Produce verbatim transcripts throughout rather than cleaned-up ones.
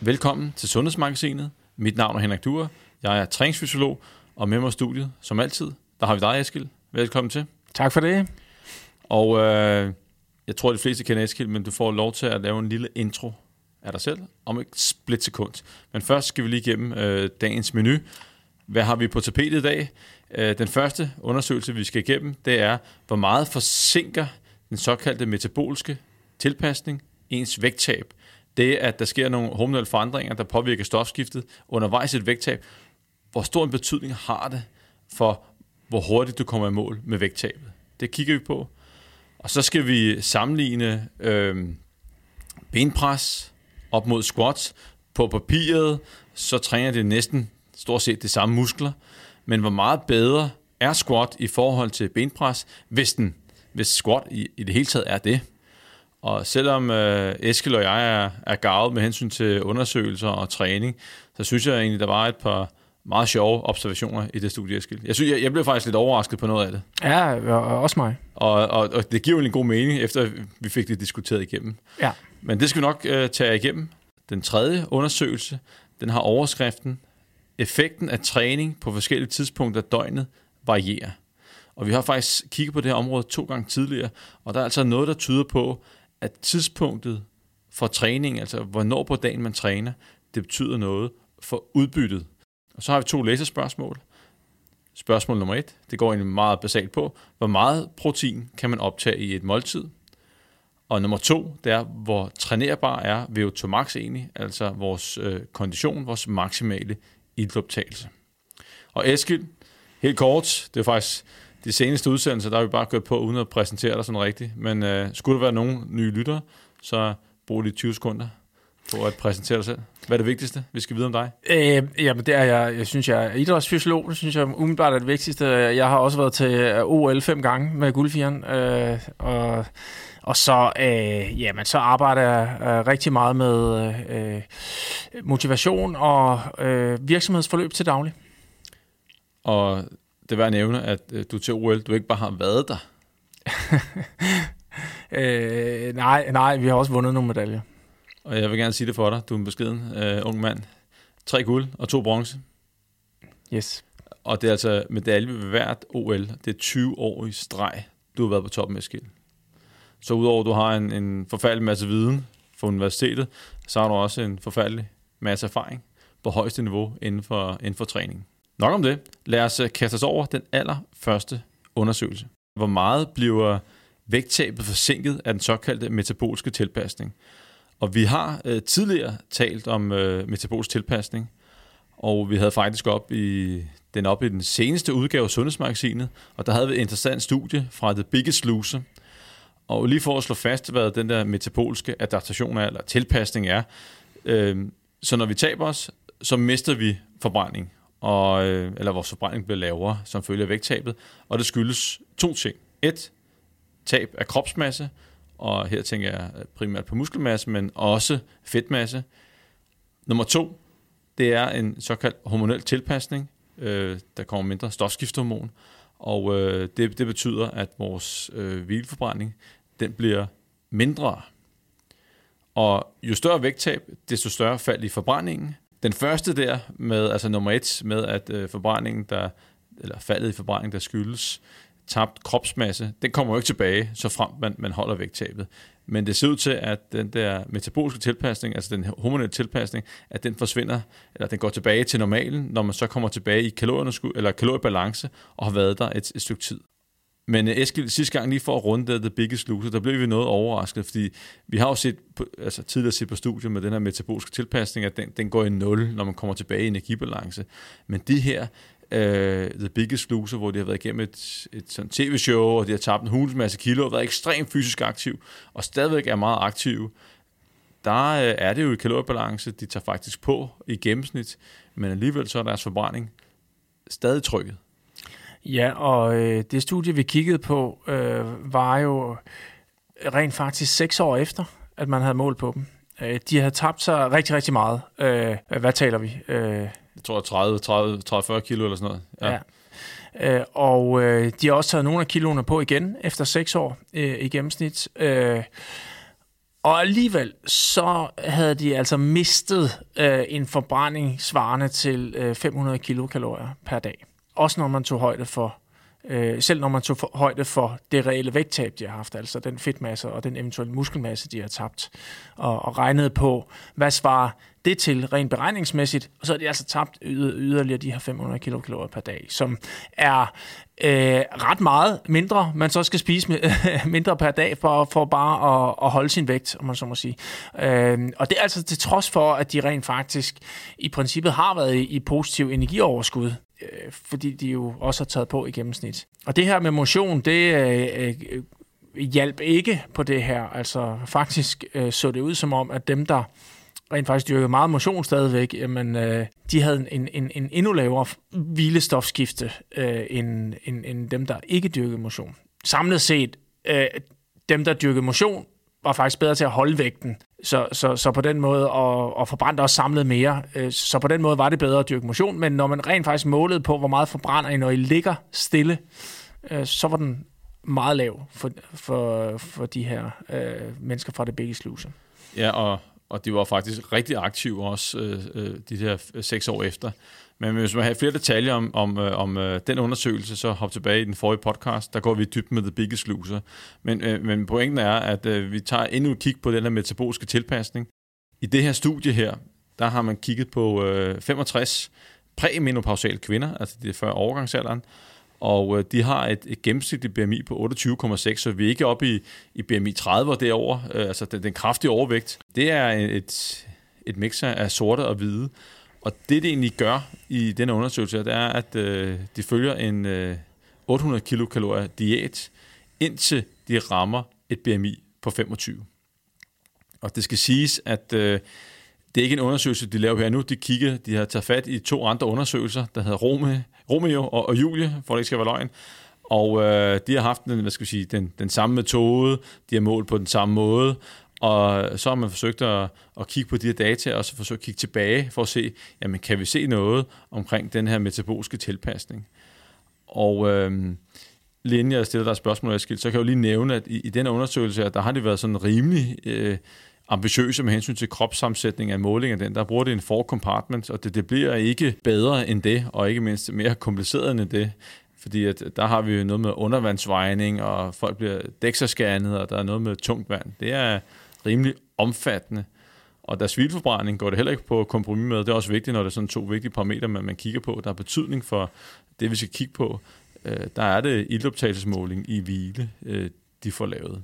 Velkommen til Sundhedsmagasinet. Mit navn er Henrik Duer. Jeg er træningsfysiolog, og med mig i studiet, som altid, der har vi dig, Eskild. Velkommen til. Tak for det. Og øh, jeg tror, de fleste kender Eskild, men du får lov til at lave en lille intro af dig selv om et splitsekund. Men først skal vi lige igennem øh, dagens menu. Hvad har vi på tapetet i dag? Øh, den første undersøgelse, vi skal igennem, det er, hvor meget forsinker den såkaldte metaboliske tilpasning ens vægttab. Det er, at der sker nogle hormonelle forandringer, der påvirker stofskiftet undervejs i et vægttab. Hvor stor en betydning har det for, hvor hurtigt du kommer i mål med vægttabet? Det kigger vi på. Og så skal vi sammenligne øh, benpres op mod squats. På papiret, så træner det næsten stort set de samme muskler. Men hvor meget bedre er squat i forhold til benpres, hvis, den, hvis squat i, i det hele taget er det? Og selvom øh, Eskild og jeg er, er garvet med hensyn til undersøgelser og træning, så synes jeg egentlig, der var et par meget sjove observationer i det studie, Eskild. Jeg, synes, jeg, jeg blev faktisk lidt overrasket på noget af det. Ja, også mig. Og, og, og det giver jo en god mening, efter vi fik det diskuteret igennem. Ja. Men det skal vi nok øh, tage igennem. Den tredje undersøgelse, den har overskriften: effekten af træning på forskellige tidspunkter af døgnet varierer. Og vi har faktisk kigget på det her område to gange tidligere, og der er altså noget, der tyder på, at tidspunktet for træning, altså hvornår på dagen man træner, det betyder noget for udbyttet. Og så har vi to læserspørgsmål. Spørgsmål nummer et, det går egentlig meget basalt på, hvor meget protein kan man optage i et måltid? Og nummer to, det er, hvor trænerbar er V O to max egentlig, altså vores øh, kondition, vores maksimale iltoptagelse. Og Eskild, helt kort, det er faktisk de seneste udsendelser, der har vi bare kørt på, uden at præsentere dig sådan rigtigt. Men øh, skulle der være nogen nye lyttere, så brug lige tyve sekunder på at præsentere dig selv. Hvad er det vigtigste, vi skal vide om dig? Øh, jamen, det er jeg. Jeg synes, jeg er idrætsfysiolog. Det synes jeg umiddelbart er det vigtigste. Jeg har også været til O L fem gange med guldfjeren. Øh, og, og så, øh, jamen, så arbejder jeg øh, rigtig meget med øh, motivation og øh, virksomhedsforløb til daglig. Og det er værd at nævne, at øh, du til O L, du ikke bare har været der. øh, nej, nej, vi har også vundet nogle medaljer. Og jeg vil gerne sige det for dig. Du er en beskeden øh, ung mand. Tre guld og to bronze. Yes. Og det er altså medalje ved hvert O L. Det er tyve år i streg, du har været på toppen med Eskild. Så udover at du har en, en forfærdelig masse viden fra universitetet, så har du også en forfærdelig masse erfaring på højeste niveau inden for, inden for træning. Nok om det. Lad os kaste os over den allerførste undersøgelse. Hvor meget bliver vægttabet forsinket af den såkaldte metaboliske tilpasning? Og vi har øh, tidligere talt om øh, metabolisk tilpasning, og vi havde faktisk op i, den op i den seneste udgave af Sundhedsmagasinet, og der havde vi et interessant studie fra The Biggest Loser. Og lige for at slå fast, hvad den der metaboliske adaptation er, eller tilpasning er, øh, så når vi taber os, så mister vi forbrænding. Og, eller vores forbrænding bliver lavere som følge af vægttabet, og det skyldes to ting. Et, tab af kropsmasse, og her tænker jeg primært på muskelmasse, men også fedtmasse. Nummer to, det er en såkaldt hormonel tilpasning, øh, der kommer mindre stofskiftehormon, og øh, det, det betyder, at vores øh, hvileforbrænding, den bliver mindre. Og jo større vægttab, desto større fald i forbrændingen. Den første der, med, altså nummer et, med at øh, forbrændingen, der, eller faldet i forbrænding, der skyldes tabt kropsmasse, den kommer jo ikke tilbage, så frem man, man holder vægttabet. Men det ser ud til, at den der metaboliske tilpasning, altså den hormonelle tilpasning, at den forsvinder, eller den går tilbage til normalen, når man så kommer tilbage i kalorieunderskud, eller kaloriebalance, og har været der et, et stykke tid. Men Eskild, sidste gang lige for at runde The Biggest Loser, der blev vi noget overrasket, fordi vi har jo set på, altså tidligere set på studiet med den her metaboliske tilpasning, at den, den går i nul, når man kommer tilbage i energibalance. Men de her uh, The Biggest Loser, hvor de har været igennem et, et sådan tv-show, og de har tabt en hulens masse kilo, og været ekstremt fysisk aktiv, og stadigvæk er meget aktive, der uh, er det jo i kaloriebalance, de tager faktisk på i gennemsnit, men alligevel så er deres forbrænding stadig trykket. Ja, og øh, det studie, vi kiggede på, øh, var jo rent faktisk seks år efter, at man havde målt på dem. Øh, de havde tabt sig rigtig, rigtig meget. Øh, hvad taler vi? Øh, jeg tror tredive til fyrre kilo eller sådan noget. Ja. Ja. Øh, og øh, de har også taget nogle af kiloene på igen efter seks år øh, i gennemsnit. Øh, Og alligevel så havde de altså mistet øh, en forbrænding svarende til øh, fem hundrede kilokalorier per dag. Også når man tog højde for, øh, selv når man tog for, højde for det reelle vægttab, de har haft, altså den fedtmasse og den eventuelle muskelmasse, de har tabt, og, og regnet på, hvad svarer det til rent beregningsmæssigt, og så har de altså tabt yder, yderligere de her fem hundrede kilokalorier per dag, som er øh, ret meget mindre, man så skal spise med, mindre per dag for, for bare at, at holde sin vægt, om man så må sige. Øh, og det er altså til trods for, at de rent faktisk i princippet har været i, i positiv energioverskud, øh, fordi de jo også har taget på i gennemsnit. Og det her med motion, det øh, øh, hjalp ikke på det her. Altså faktisk øh, så det ud som om, at dem, der rent faktisk dyrkede meget motion stadigvæk, jamen, øh, de havde en, en, en endnu lavere hvilestofskifte øh, end, end, end dem, der ikke dyrkede motion. Samlet set, øh, dem, der dyrkede motion, var faktisk bedre til at holde vægten, så, så, så på den måde, og, og forbrændte også samlet mere, øh, så på den måde var det bedre at dyrke motion, men når man rent faktisk målede på, hvor meget forbrænder I, når I ligger stille, øh, så var den meget lav for, for, for de her øh, mennesker fra det begge sluse. Ja, og Og de var faktisk rigtig aktive også øh, de her seks år efter. Men hvis man har flere detaljer om, om, om øh, den undersøgelse, så hop tilbage i den forrige podcast. Der går vi dybt med The Biggest Loser. Men, øh, men pointen er, at øh, vi tager endnu et kig på den her metaboliske tilpasning. I det her studie her, der har man kigget på øh, femogtres præmenopausale kvinder, altså det er før overgangsalderen, og øh, de har et, et gennemsnitligt B M I på otteogtyve komma seks, så vi er ikke oppe i, i B M I tredive og derover, øh, altså den, den kraftige overvægt. Det er et, et mix af sorte og hvide, og det, det egentlig gør i denne undersøgelse, det er, at øh, de følger en øh, otte hundrede kilokalorier diæt, indtil de rammer et B M I på femogtyve. Og det skal siges, at øh, det er ikke en undersøgelse, de laver her nu. De kigger, de har taget fat i to andre undersøgelser, der hedder Rome, Romeo og, og Julie, for det ikke skal være løgn. Og øh, de har haft den, hvad skal vi sige, den, den samme metode, de har målt på den samme måde, og så har man forsøgt at, at kigge på de her data, og så forsøgt at kigge tilbage for at se, jamen kan vi se noget omkring den her metaboliske tilpasning. Og øh, lige inden jeg stiller dig et spørgsmål, Eskild, så kan jeg jo lige nævne, at i, i den undersøgelse, der har det været sådan rimelig øh, ambitiøse med hensyn til kropssammensætning af måling af den. Der bruger det en four compartment, og det, det bliver ikke bedre end det, og ikke mindst mere kompliceret end det. Fordi at der har vi jo noget med undervandsvejning, og folk bliver dexascannet, og der er noget med tungt vand. Det er rimelig omfattende. Og deres hvileforbrænding går det heller ikke på kompromis med. Det er også vigtigt, når det er sådan to vigtige parametre, man, man kigger på. Der er betydning for det, vi skal kigge på. Øh, der er det iltoptagelsesmåling i hvile, øh, de får lavet.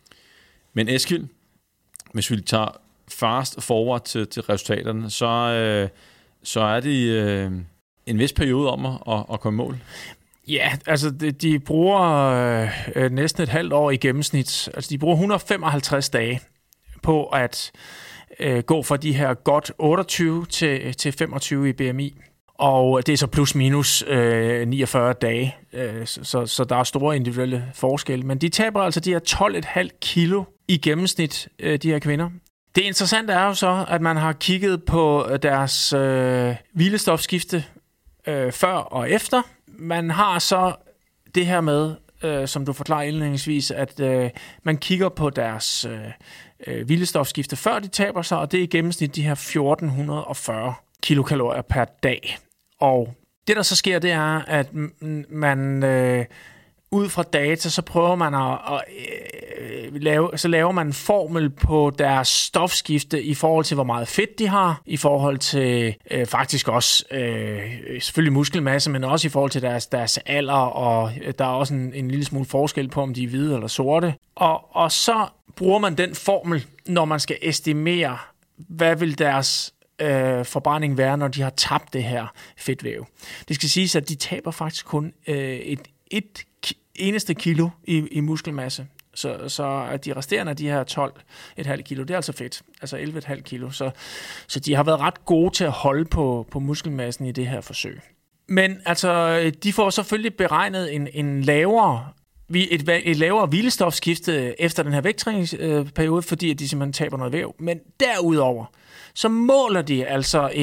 Men Eskild, hvis vi tager fast forward til, til resultaterne, så, øh, så er det øh, en vis periode om at, at komme i mål. Ja, altså de, de bruger øh, næsten et halvt år i gennemsnit. Altså de bruger et hundrede og femoghalvtreds dage på at øh, gå fra de her godt otteogtyve til, til femogtyve i B M I. Og det er så plus minus øh, niogfyrre dage, øh, så, så der er store individuelle forskelle. Men de taber altså de her tolv komma fem kilo i gennemsnit, øh, de her kvinder. Det interessante er jo så, at man har kigget på deres øh, hvilestofskifte øh, før og efter. Man har så det her med, øh, som du forklarer indledningsvis, at øh, man kigger på deres øh, hvilestofskifte før de taber sig, og det er i gennemsnit de her fjorten fyrre kilokalorier per dag. Og det, der så sker, det er, at man øh, ud fra data, så prøver man at, at øh, lave, så laver man en formel på deres stofskifte i forhold til, hvor meget fedt de har, i forhold til øh, faktisk også øh, selvfølgelig muskelmasse, men også i forhold til deres, deres alder, og der er også en, en lille smule forskel på, om de er hvide eller sorte. Og, og så bruger man den formel, når man skal estimere, hvad vil deres Øh, forbrænding være, når de har tabt det her fedtvæv. Det skal siges, at de taber faktisk kun øh, et, et ki- eneste kilo i, i muskelmasse. Så, så at de resterende af de her tolv komma fem kilo, det er altså fedt. Altså elleve komma fem kilo. Så, så de har været ret gode til at holde på, på muskelmassen i det her forsøg. Men altså, de får selvfølgelig beregnet en, en lavere Et, et lavere hvilestofskifte efter den her vægttræningsperiode, fordi at de simpelthen taber noget væv. Men derudover, så måler de altså en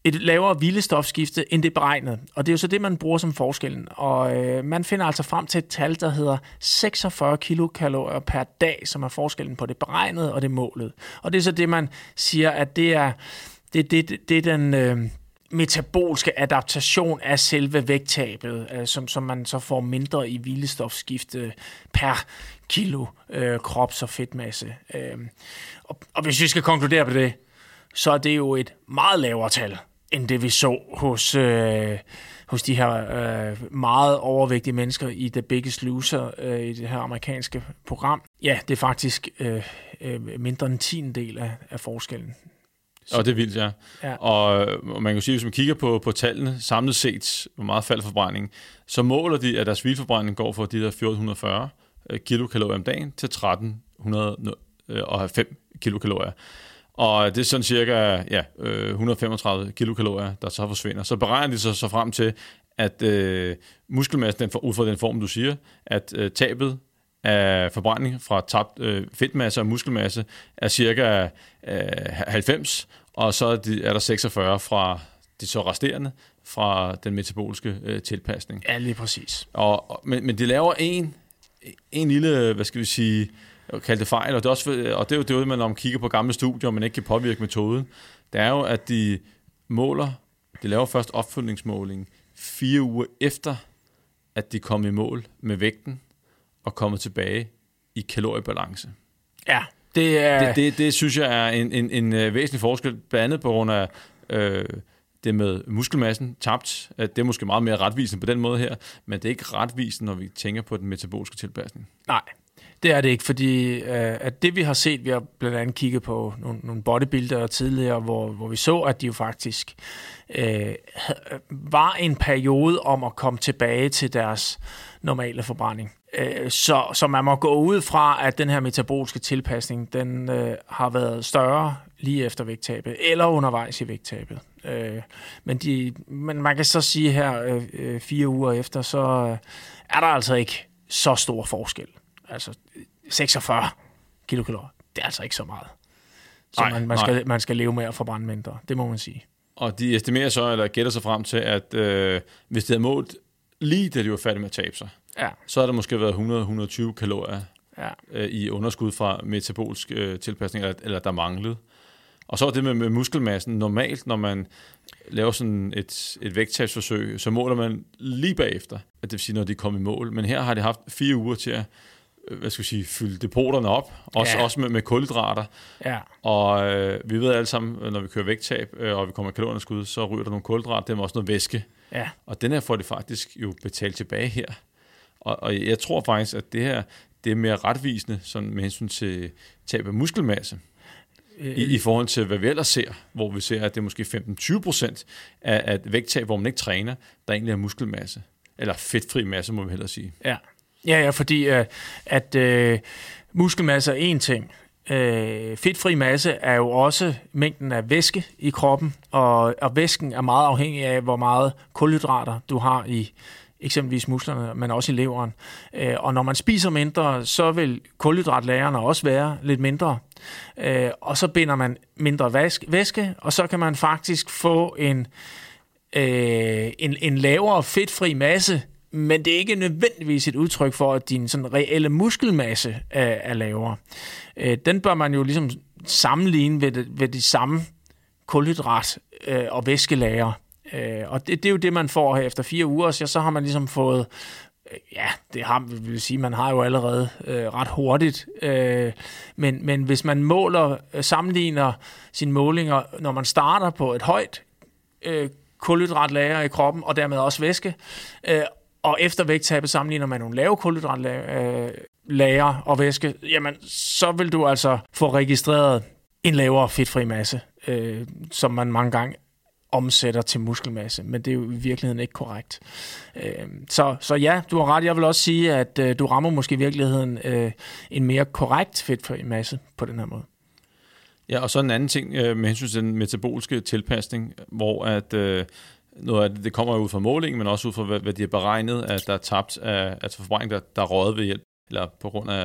et lavere hvilestofskifte end det beregnede. Og det er jo så det, man bruger som forskellen. Og øh, man finder altså frem til et tal, der hedder seksogfyrre kilokalorier per dag, som er forskellen på det beregnede og det målet. Og det er så det, man siger, at det er, det, det, det er den øh, metabolske adaptation af selve vægttabet, øh, som, som man så får mindre i hvilestofskifte per kilo øh, krops- og fedtmasse. Øh, og, og hvis vi skal konkludere på det, så er det jo et meget lavere tal, end det vi så hos, øh, hos de her øh, meget overvægtige mennesker i The Biggest Loser, øh, i det her amerikanske program. Ja, det er faktisk øh, øh, mindre end en tiendedel af, af forskellen. Så. Og det er vildt, ja. ja. Og, og man kan sige, hvis man kigger på, på tallene samlet set, hvor meget falder forbrændingen, så måler de, at deres hvileforbrænding går fra de der fjorten fyrre kilokalorier om dagen til tretten hundrede og fem kilokalorier. Og det er sådan cirka ja, et hundrede og femogtredive kilokalorier, der så forsvinder. Så beregner de sig så frem til, at øh, muskelmassen, den for, ud fra den form, du siger, at øh, tabet af forbrænding fra tabt øh, fedtmasse og muskelmasse er cirka øh, halvfems, og så er, de, er der seksogfyrre fra de så resterende fra den metaboliske øh, tilpasning. Ja, lige præcis. Og, og, men, men de laver en, en lille, hvad skal vi sige, kalde det fejl, og det er også, og det er jo det, man når man kigger på gamle studier, og man ikke kan påvirke metoden, det er jo, at de måler, de laver først opfølgningsmåling fire uger efter, at de kom i mål med vægten, og kommet tilbage i kaloriebalance. Ja, det er... Det, det, det synes jeg er en, en, en væsentlig forskel, blandt andet på grund af øh, det med muskelmassen tabt. At det er måske meget mere retvisende på den måde her, men det er ikke retvisende, når vi tænker på den metaboliske tilpasning. Nej, det er det ikke, fordi øh, at det vi har set, vi har blandt andet kigget på nogle, nogle bodybuildere tidligere, hvor, hvor vi så, at de jo faktisk øh, var en periode om at komme tilbage til deres normale forbrænding. Øh, så, så man må gå ud fra, at den her metaboliske tilpasning, den øh, har været større lige efter vægttabet, eller undervejs i vægttabet. Øh, men, de, men man kan så sige her, øh, fire uger efter, så øh, er der altså ikke så stor forskel. Altså seksogfyrre kilokalorier, det er altså ikke så meget. Så nej, man, man, skal, man skal leve med at forbrænde mindre, det må man sige. Og de estimerer så, eller gætter sig frem til, at øh, hvis det er målt lige da de var færdige med at tabe sig, ja. så har der måske været hundrede til hundrede og tyve kalorier ja. øh, i underskud fra metabolisk øh, tilpasning, eller, eller der manglede. Og så er det med, med muskelmassen. Normalt, når man laver sådan et, et vægttabsforsøg, så måler man lige bagefter, at det vil sige, når de kommer i mål. Men her har de haft fire uger til at hvad skal vi sige, fylde depoterne op, også, ja. også med, med kulhydrater. Ja. Og øh, vi ved alle sammen, når vi kører vægttab, øh, og vi kommer i kalorieunderskud, så ryger der nogle kulhydrater, det er også noget væske. Ja. Og den her får de faktisk jo betalt tilbage her. Og, og jeg tror faktisk, at det her det er mere retvisende sådan med hensyn til tab af muskelmasse. I, I forhold til, hvad vi ellers ser, hvor vi ser, at det er måske femten til tyve procent af, af vægttab, hvor man ikke træner, der egentlig er muskelmasse. Eller fedtfri masse, må vi hellere sige. Ja, ja, ja fordi øh, at øh, muskelmasse er én ting. Øh, fedtfri masse er jo også mængden af væske i kroppen, og, og væsken er meget afhængig af, hvor meget kulhydrater du har i eksempelvis musklerne, men også i leveren. Øh, og når man spiser mindre, så vil kulhydratlagerne også være lidt mindre. Øh, og så binder man mindre væske, og så kan man faktisk få en, øh, en, en lavere fedtfri masse, men det er ikke nødvendigvis et udtryk for, at din sådan reelle muskelmasse er, er lavere. Øh, den bør man jo ligesom sammenligne ved, det, ved de samme kulhydrat- øh, og væskelager. Øh, og det, det er jo det, man får her efter fire uger, så, så har man ligesom fået, øh, ja, det har, vil sige, man har jo allerede øh, ret hurtigt, øh, men, men hvis man måler, øh, sammenligner sine målinger, når man starter på et højt øh, kulhydratlager i kroppen, og dermed også væske, øh, og efter vægttabet sammenligner man nogle lave kulhydratlager øh, og væske, jamen, så vil du altså få registreret en lavere fedtfri masse, øh, som man mange gange omsætter til muskelmasse, men det er jo i virkeligheden ikke korrekt. Så, så ja, du har ret. Jeg vil også sige, at du rammer måske i virkeligheden en mere korrekt fedtfri masse på den her måde. Ja, og så en anden ting med hensyn til den metaboliske tilpasning, hvor at noget af det, det kommer jo ud fra målingen, men også ud fra, hvad, hvad de har beregnet, at der er tabt af altså forbrænding, der, der er røget ved hjælp, eller på grund af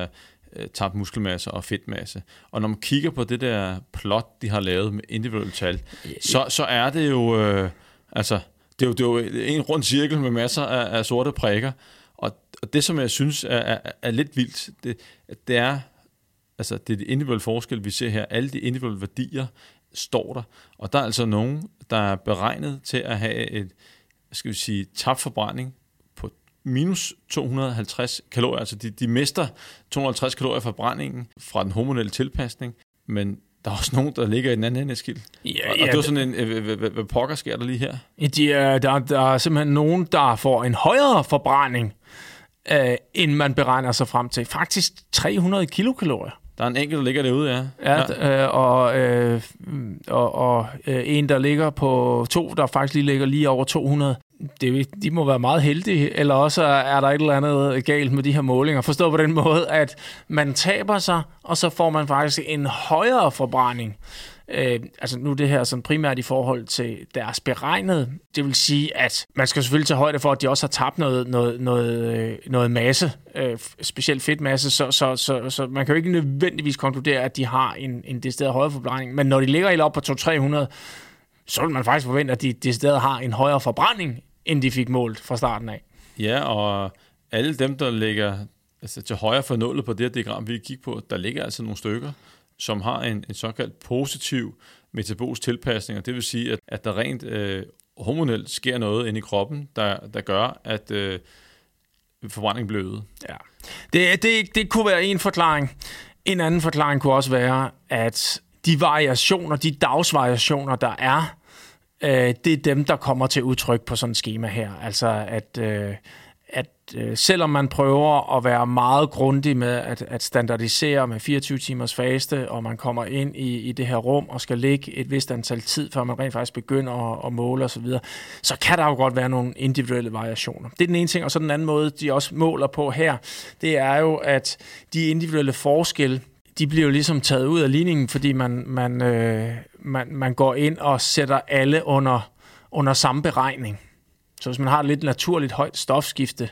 øh, tabt muskelmasse og fedtmasse. Og når man kigger på det der plot, de har lavet med individuelle tal, så, så er det jo, øh, altså, det er jo, det er jo en rund cirkel med masser af, af sorte prikker. Og, og det, som jeg synes er, er, er lidt vildt, det, det er, altså, det er de individuelle forskel, vi ser her. Alle de individuelle værdier står der. Og der er altså nogen, der er beregnet til at have et, skal vi sige, tabt forbrænding på minus to hundrede og halvtreds kalorier. Altså de, de mister to hundrede og halvtreds kalorier fra forbrændingen fra den hormonelle tilpasning, men der er også nogen, der ligger i den anden ende af skild. Ja, og, ja, og det er sådan en, hvad, hvad, hvad pokker sker der lige her? De er, der, der er simpelthen nogen, der får en højere forbrænding, øh, end man beregner sig frem til. Faktisk tre hundrede kilokalorier. Der er en enkelt, der ligger derude, ja. Ja, ja. Øh, og, øh, og, og øh, en, der ligger på to, der faktisk lige ligger lige over to hundrede. Det, de må være meget heldige, eller også er der et eller andet galt med de her målinger. Forstå på den måde, at man taber sig, og så får man faktisk en højere forbrænding. Øh, altså nu det her sådan primært i forhold til deres beregnet. Det vil sige, at man skal selvfølgelig tage højde for, at de også har tabt noget, noget, noget, noget masse, øh, specielt fedtmasse, så, så, så, så man kan jo ikke nødvendigvis konkludere, at de har en, en decideret højere forbrænding. Men når de ligger helt op på to til tre hundrede, så vil man faktisk forvente, at de decideret har en højere forbrænding, end de fik målt fra starten af. Ja, og alle dem, der ligger altså, til højre for nullet på det her diagram, vi kigger på, der ligger altså nogle stykker, som har en, en såkaldt positiv metabolisk tilpasning, og det vil sige, at, at der rent øh, hormonelt sker noget inde i kroppen, der, der gør, at øh, forbrændingen bliver øget. Ja. Det, det, det kunne være en forklaring. En anden forklaring kunne også være, at de variationer, de dagsvariationer, der er, øh, det er dem, der kommer til udtryk på sådan et schema her. Altså, at... Øh, at øh, selvom man prøver at være meget grundig med at, at standardisere med fireogtyve timers faste, og man kommer ind i, i det her rum og skal ligge et vist antal tid, før man rent faktisk begynder at, at måle osv., så, så kan der jo godt være nogle individuelle variationer. Det er den ene ting, og så den anden måde, de også måler på her, det er jo, at de individuelle forskelle, de bliver jo ligesom taget ud af ligningen, fordi man, man, øh, man, man går ind og sætter alle under, under samme beregning. Så hvis man har et lidt naturligt højt stofskifte,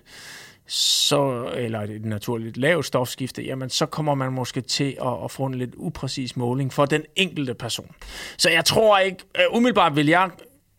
så, eller et naturligt lavt stofskifte, jamen så kommer man måske til at, at få en lidt upræcis måling for den enkelte person. Så jeg tror ikke, umiddelbart vil jeg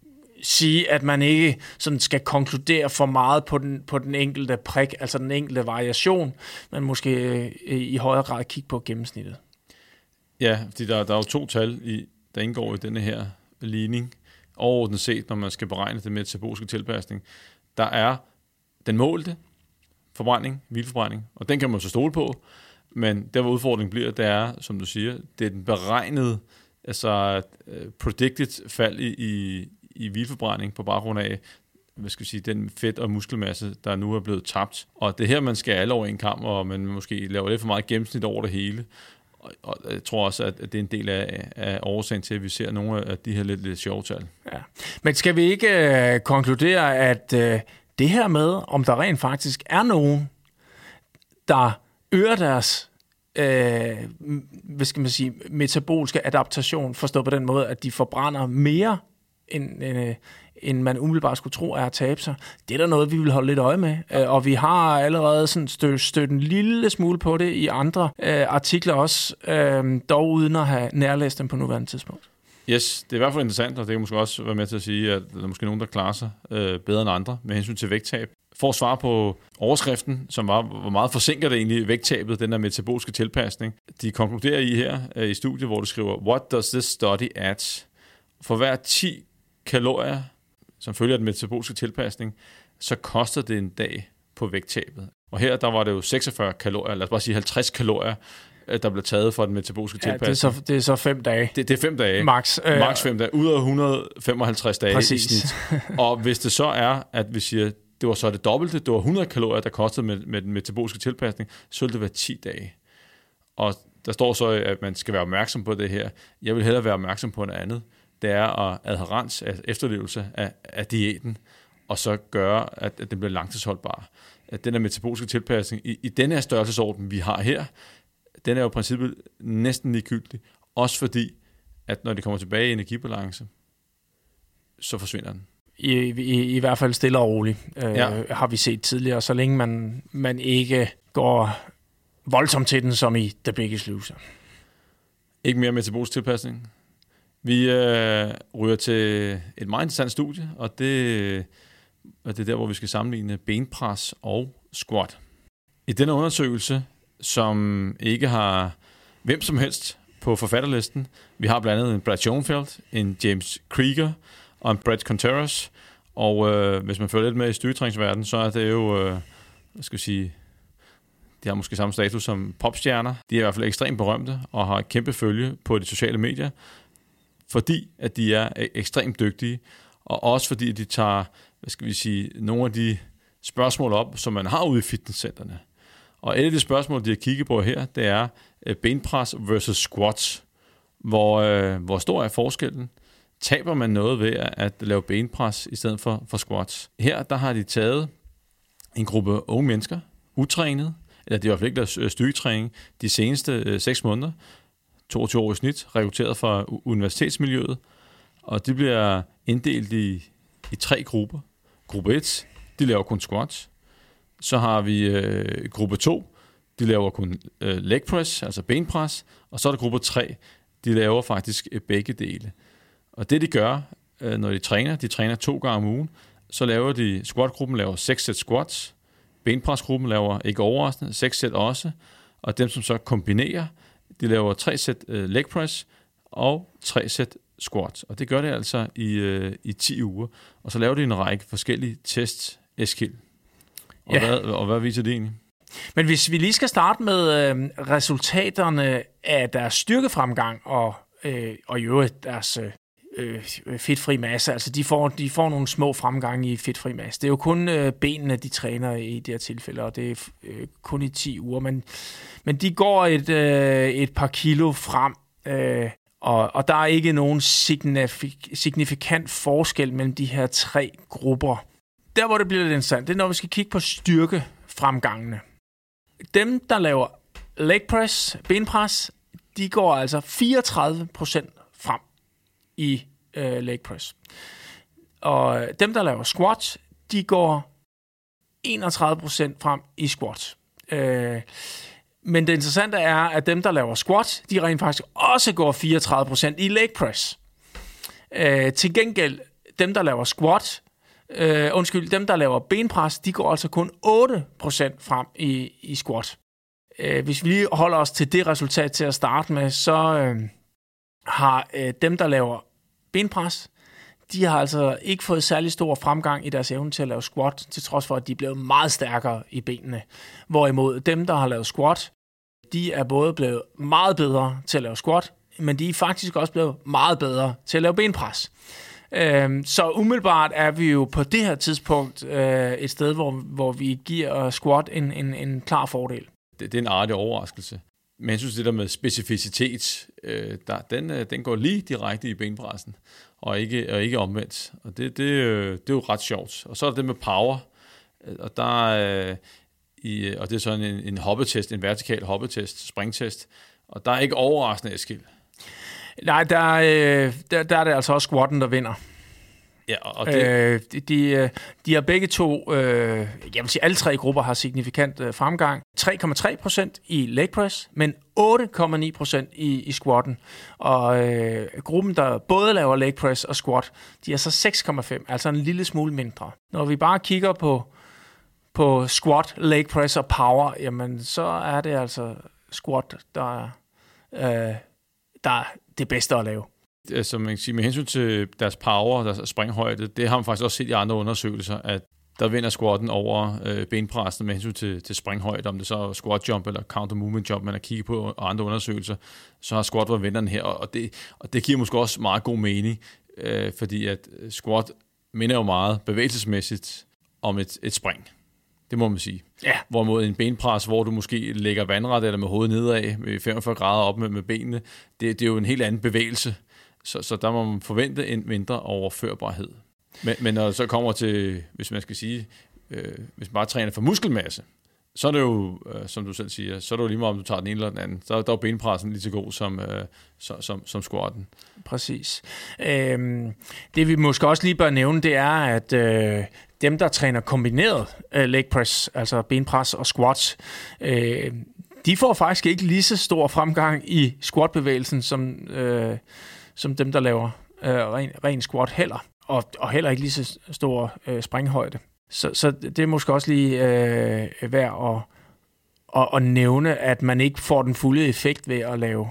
sige, at man ikke sådan skal konkludere for meget på den, på den enkelte prik, altså den enkelte variation, men måske i højere grad kigge på gennemsnittet. Ja, fordi der, der er jo to tal, i, der indgår i denne her ligning. Overordnet set, når man skal beregne det metaboliske tilpasning, der er den målte forbrænding, hvileforbrænding, og den kan man så stole på, men der hvor udfordringen bliver, det er, som du siger, det er den beregnede, altså uh, predicted fald i, i, i hvileforbrænding på baggrund af, hvad skal vi sige, den fedt- og muskelmasse, der nu er blevet tabt. Og det her, man skal alle over en kamp, og man måske laver lidt for meget gennemsnit over det hele. Og jeg tror også, at det er en del af, af årsagen til, at vi ser nogle af de her lidt, lidt sjove tal. Ja. Men skal vi ikke øh, konkludere, at øh, det her med, om der rent faktisk er nogen, der øger deres øh, hvad skal man sige, metabolske adaptation, forstået på den måde, at de forbrænder mere, end, øh, end man umiddelbart skulle tro er at tabe sig. Det er der noget, vi vil holde lidt øje med. Ja. Og vi har allerede sådan stø- stødt en lille smule på det i andre øh, artikler også, øh, dog uden at have nærlæst dem på nuværende tidspunkt. Yes, det er i hvert fald interessant, og det kan måske også være med til at sige, at der er måske nogen, der klarer sig øh, bedre end andre med hensyn til vægttab. For at svare på overskriften, som var, hvor meget forsinker det egentlig vægttabet, den der metaboliske tilpasning. De konkluderer i her øh, i studiet, hvor de skriver, what does this study add? For hver ti kalorier, som følger den metaboliske tilpasning, så koster det en dag på vægttabet. Og her, der var det jo seksogfyrre kalorier, lad os bare sige halvtreds kalorier, der blev taget for den metaboliske ja, tilpasning. Det er, så, det er så fem dage. Det, det er fem dage. Max. Øh, Max fem dage, ud af et hundrede og femoghalvtreds dage præcis. i snit. Og hvis det så er, at vi siger, det var så det dobbelte, det var hundrede kalorier, der kostede med, med den metaboliske tilpasning, så ville det være ti dage. Og der står så, at man skal være opmærksom på det her. Jeg vil hellere være opmærksom på noget andet. Det er at adherens, altså efterlevelse af, af diæten, og så gøre, at, at den bliver langtidsholdbar. At den her metaboliske tilpasning, i, i den her størrelsesorden, vi har her, den er jo i princippet næsten ligegyldig. Også fordi, at når det kommer tilbage i energibalance, så forsvinder den. I, i, i hvert fald stille og roligt, øh, ja. har vi set tidligere. Så længe man, man ikke går voldsomt til den, som i The Biggest Loser. Ikke mere metabolisk tilpasning. Vi øh, ryger til et meget interessant studie, og det, og det er der, hvor vi skal sammenligne benpres og squat. I denne undersøgelse, som ikke har hvem som helst på forfatterlisten, vi har blandt andet en Brad Schoenfeld, en James Krieger og en Brad Contreras, og øh, hvis man følger lidt med i styrketræningsverdenen, så er det jo, øh, hvad skal jeg sige, de har måske samme status som popstjerner. De er i hvert fald ekstremt berømte og har et kæmpe følge på de sociale medier, fordi at de er ekstremt dygtige, og også fordi de tager, hvad skal vi sige, nogle af de spørgsmål op, som man har ude i fitnesscenterne. Og et af de spørgsmål, de har kigget på her, det er benpres versus squats. Hvor, øh, hvor stor er forskellen? Taber man noget ved at lave benpres i stedet for, for squats? Her der har de taget en gruppe unge mennesker, utrænet, eller de har i hvert fald ikke lavet styrketræning de seneste øh, seks måneder, toogtyve år i snit, rekrutteret fra universitetsmiljøet, og de bliver inddelt i, i tre grupper. Gruppe et, de laver kun squats. Så har vi øh, gruppe to, de laver kun øh, leg press, altså benpres, og så er der gruppe tre, de laver faktisk øh, begge dele. Og det de gør, øh, når de træner, de træner to gange om ugen, så laver de, squat-gruppen laver seks sæt squats, benpresgruppen laver ikke overraskende seks sæt også, og dem som så kombinerer, de laver tre sæt øh, leg press og tre sæt squats. Og det gør det altså i, øh, i ti uger. Og så laver de en række forskellige tests, Eskild. Og, ja. hvad, og hvad viser det egentlig? Men hvis vi lige skal starte med øh, resultaterne af deres styrkefremgang og, øh, og i øvrigt deres øh, fedtfri masse, altså de får, de får nogle små fremgange i fedtfri masse. Det er jo kun øh, benene, de træner i det her tilfælde, og det er øh, kun i ti uger. Men, men de går et, øh, et par kilo frem, øh, og, og der er ikke nogen signifik- signifikant forskel mellem de her tre grupper. Der, hvor det bliver lidt interessant, det er, når vi skal kigge på styrkefremgangene. Dem, der laver leg press, benpres, de går altså fireogtredive procent frem i øh, leg press. Og dem, der laver squat, de går enogtredive procent frem i squat. Øh, men det interessante er, at dem, der laver squat, de rent faktisk også går fireogtredive procent i leg press. Øh, til gengæld, dem, der laver squat, øh, undskyld, dem, der laver benpres, de går altså kun otte procent frem i, i squat. Øh, hvis vi lige holder os til det resultat til at starte med, så øh, har øh, dem, der laver benpres, de har altså ikke fået særlig stor fremgang i deres evne til at lave squat, til trods for, at de er blevet meget stærkere i benene. Hvorimod dem, der har lavet squat, de er både blevet meget bedre til at lave squat, men de er faktisk også blevet meget bedre til at lave benpres. Så umiddelbart er vi jo på det her tidspunkt et sted, hvor, hvor vi giver squat en, en, en klar fordel. Det, det er en artig overraskelse. Men jeg synes, det der med specificitet, øh, der, den, den går lige direkte i benpressen, og ikke, og ikke omvendt. Og det, det, øh, det er jo ret sjovt. Og så er der det med power, og, der, øh, i, og det er sådan en, en hoppetest, en vertikal hoppetest, springtest, og der er ikke overraskende Eskild. Nej, der, øh, der, der er det altså også squatten, der vinder. Ja, og det... øh, de, de, de har begge to, øh, jeg vil sige, alle tre grupper har signifikant øh, fremgang. tre komma tre procent i leg press, men otte komma ni procent i, i squatten. Og øh, gruppen, der både laver leg press og squat, de er så seks komma fem, altså en lille smule mindre. Når vi bare kigger på, på squat, leg press og power, jamen så er det altså squat, der, øh, der er det bedste at lave. Som man kan sige, med hensyn til deres power, deres springhøjde, det har man faktisk også set i andre undersøgelser, at der vinder squatten over øh, benpressen med hensyn til, til springhøjde, om det så er squat jump eller counter movement jump, man har kigget på og andre undersøgelser, så har squat været vinderen her, og det, og det giver måske også meget god mening, øh, fordi at squat minder jo meget bevægelsesmæssigt om et, et spring. Det må man sige. Ja. Hvorimod en benpres, hvor du måske lægger vandret eller med hovedet nedad, med femogfyrre grader op med, med benene, det, det er jo en helt anden bevægelse. Så, så der må man forvente en mindre overførbarhed. Men, men når det så kommer til, hvis man skal sige, øh, hvis man bare træner for muskelmasse, så er det jo, øh, som du selv siger, så er det jo lige meget, om du tager den ene eller den anden. Så der er benpressen lige så god som, øh, som, som, som squatten. Præcis. Øhm, det vi måske også lige bør nævne, det er, at øh, dem, der træner kombineret øh, leg press, altså benpres og squats, øh, de får faktisk ikke lige så stor fremgang i squat-bevægelsen, som, øh, som dem, der laver øh, ren, ren squat heller. Og, og heller ikke lige så stor øh, springhøjde. Så, så det er måske også lige øh, værd at, at, at nævne, at man ikke får den fulde effekt ved at lave